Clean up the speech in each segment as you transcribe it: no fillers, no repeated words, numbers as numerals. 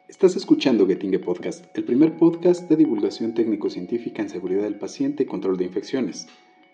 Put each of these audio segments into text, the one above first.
Estás escuchando Getinge Podcast, el primer podcast de divulgación técnico-científica en seguridad del paciente y control de infecciones.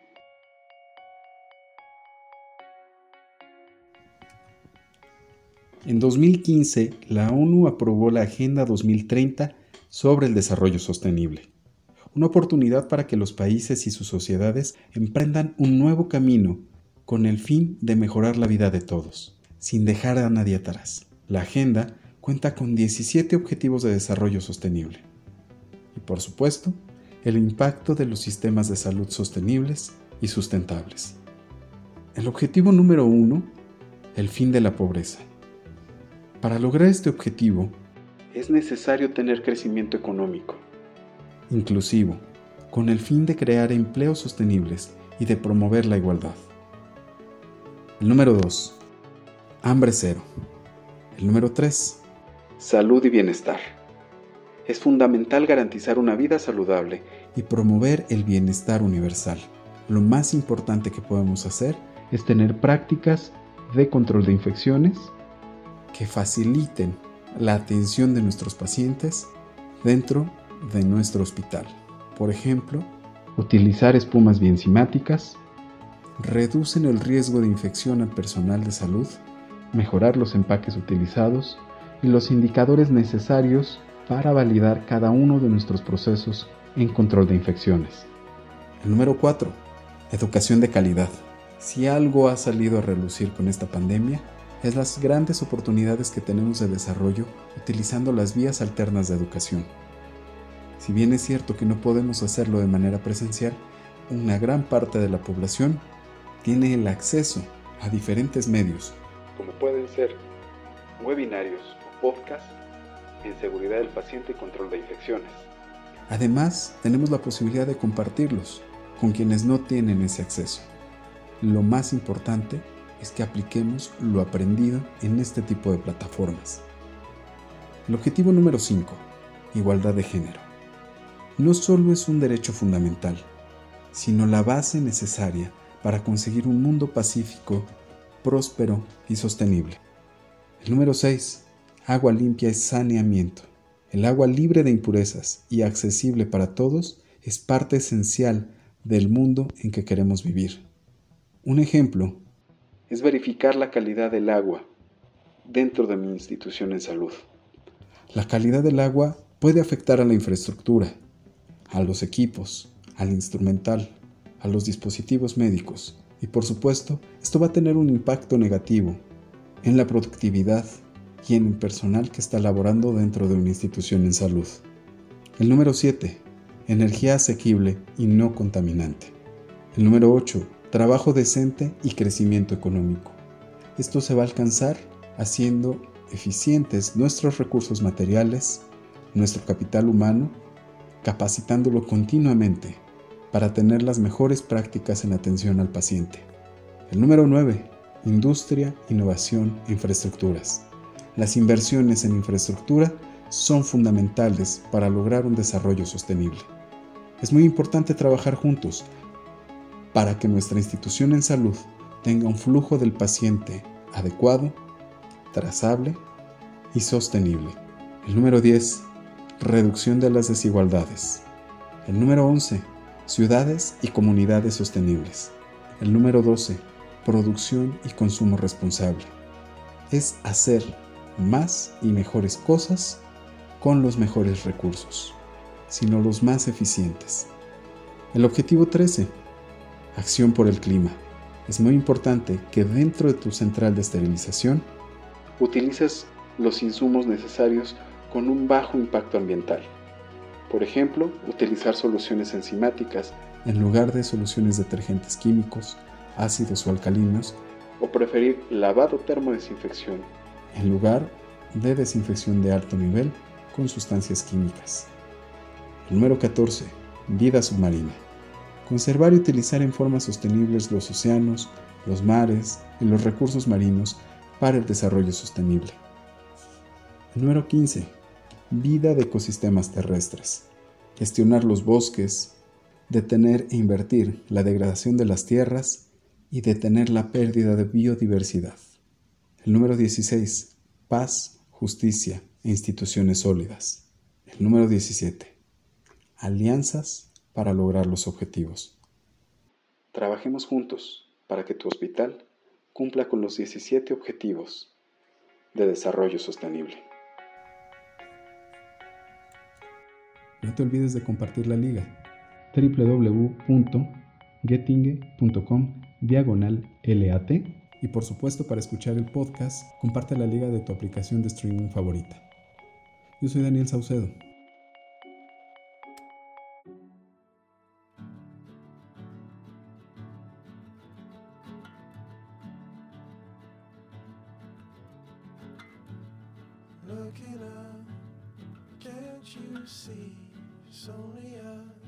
En 2015, la ONU aprobó la Agenda 2030 sobre el desarrollo sostenible, una oportunidad para que los países y sus sociedades emprendan un nuevo camino con el fin de mejorar la vida de todos, sin dejar a nadie atrás. La agenda cuenta con 17 objetivos de desarrollo sostenible y, por supuesto, el impacto de los sistemas de salud sostenibles y sustentables. El objetivo número 1, el fin de la pobreza. Para lograr este objetivo, es necesario tener crecimiento económico, inclusivo, con el fin de crear empleos sostenibles y de promover la igualdad. El número 2, hambre cero. El número 3, salud y bienestar. Es fundamental garantizar una vida saludable y promover el bienestar universal. Lo más importante que podemos hacer es tener prácticas de control de infecciones que faciliten la atención de nuestros pacientes dentro de nuestro hospital. Por ejemplo, utilizar espumas bienzimáticas, reducen el riesgo de infección al personal de salud, mejorar los empaques utilizados y los indicadores necesarios para validar cada uno de nuestros procesos en control de infecciones. El número 4, educación de calidad. Si algo ha salido a relucir con esta pandemia, es las grandes oportunidades que tenemos de desarrollo utilizando las vías alternas de educación. Si bien es cierto que no podemos hacerlo de manera presencial, una gran parte de la población tiene el acceso a diferentes medios, como pueden ser webinarios o podcasts en seguridad del paciente y control de infecciones. Además, tenemos la posibilidad de compartirlos con quienes no tienen ese acceso. Lo más importante es que apliquemos lo aprendido en este tipo de plataformas. El objetivo número 5, igualdad de género. No solo es un derecho fundamental, sino la base necesaria para conseguir un mundo pacífico, próspero y sostenible. El número 6, agua limpia y saneamiento. El agua libre de impurezas y accesible para todos es parte esencial del mundo en que queremos vivir. Un ejemplo es verificar la calidad del agua dentro de mi institución en salud. La calidad del agua puede afectar a la infraestructura, a los equipos, al instrumental, a los dispositivos médicos y, por supuesto, esto va a tener un impacto negativo en la productividad y en el personal que está laborando dentro de una institución en salud. El número 7, energía asequible y no contaminante. El número 8, trabajo decente y crecimiento económico. Esto se va a alcanzar haciendo eficientes nuestros recursos materiales, nuestro capital humano, capacitándolo continuamente para tener las mejores prácticas en atención al paciente. El número 9, industria, innovación e infraestructuras. Las inversiones en infraestructura son fundamentales para lograr un desarrollo sostenible. Es muy importante trabajar juntos para que nuestra institución en salud tenga un flujo del paciente adecuado, trazable y sostenible. El número 10, reducción de las desigualdades. El número 11, ciudades y comunidades sostenibles. El número 12, producción y consumo responsable. Es hacer más y mejores cosas con los mejores recursos, sino los más eficientes. El objetivo 13, acción por el clima. Es muy importante que dentro de tu central de esterilización utilices los insumos necesarios con un bajo impacto ambiental. Por ejemplo, utilizar soluciones enzimáticas en lugar de soluciones detergentes químicos, ácidos o alcalinos, o preferir lavado termodesinfección en lugar de desinfección de alto nivel con sustancias químicas. El número 14, vida submarina. Conservar y utilizar en forma sostenible los océanos, los mares y los recursos marinos para el desarrollo sostenible. El número 15, vida de ecosistemas terrestres. Gestionar los bosques, detener e invertir la degradación de las tierras y detener la pérdida de biodiversidad. El número 16, paz, justicia e instituciones sólidas. El número 17. Alianzas para lograr los objetivos. Trabajemos juntos para que tu hospital cumpla con los 17 objetivos de desarrollo sostenible. No te olvides de compartir la liga www.getinge.com/lat y por supuesto para escuchar el podcast comparte la liga de tu aplicación de streaming favorita. Yo soy Daniel Saucedo. Looking up, can't you see it's only us?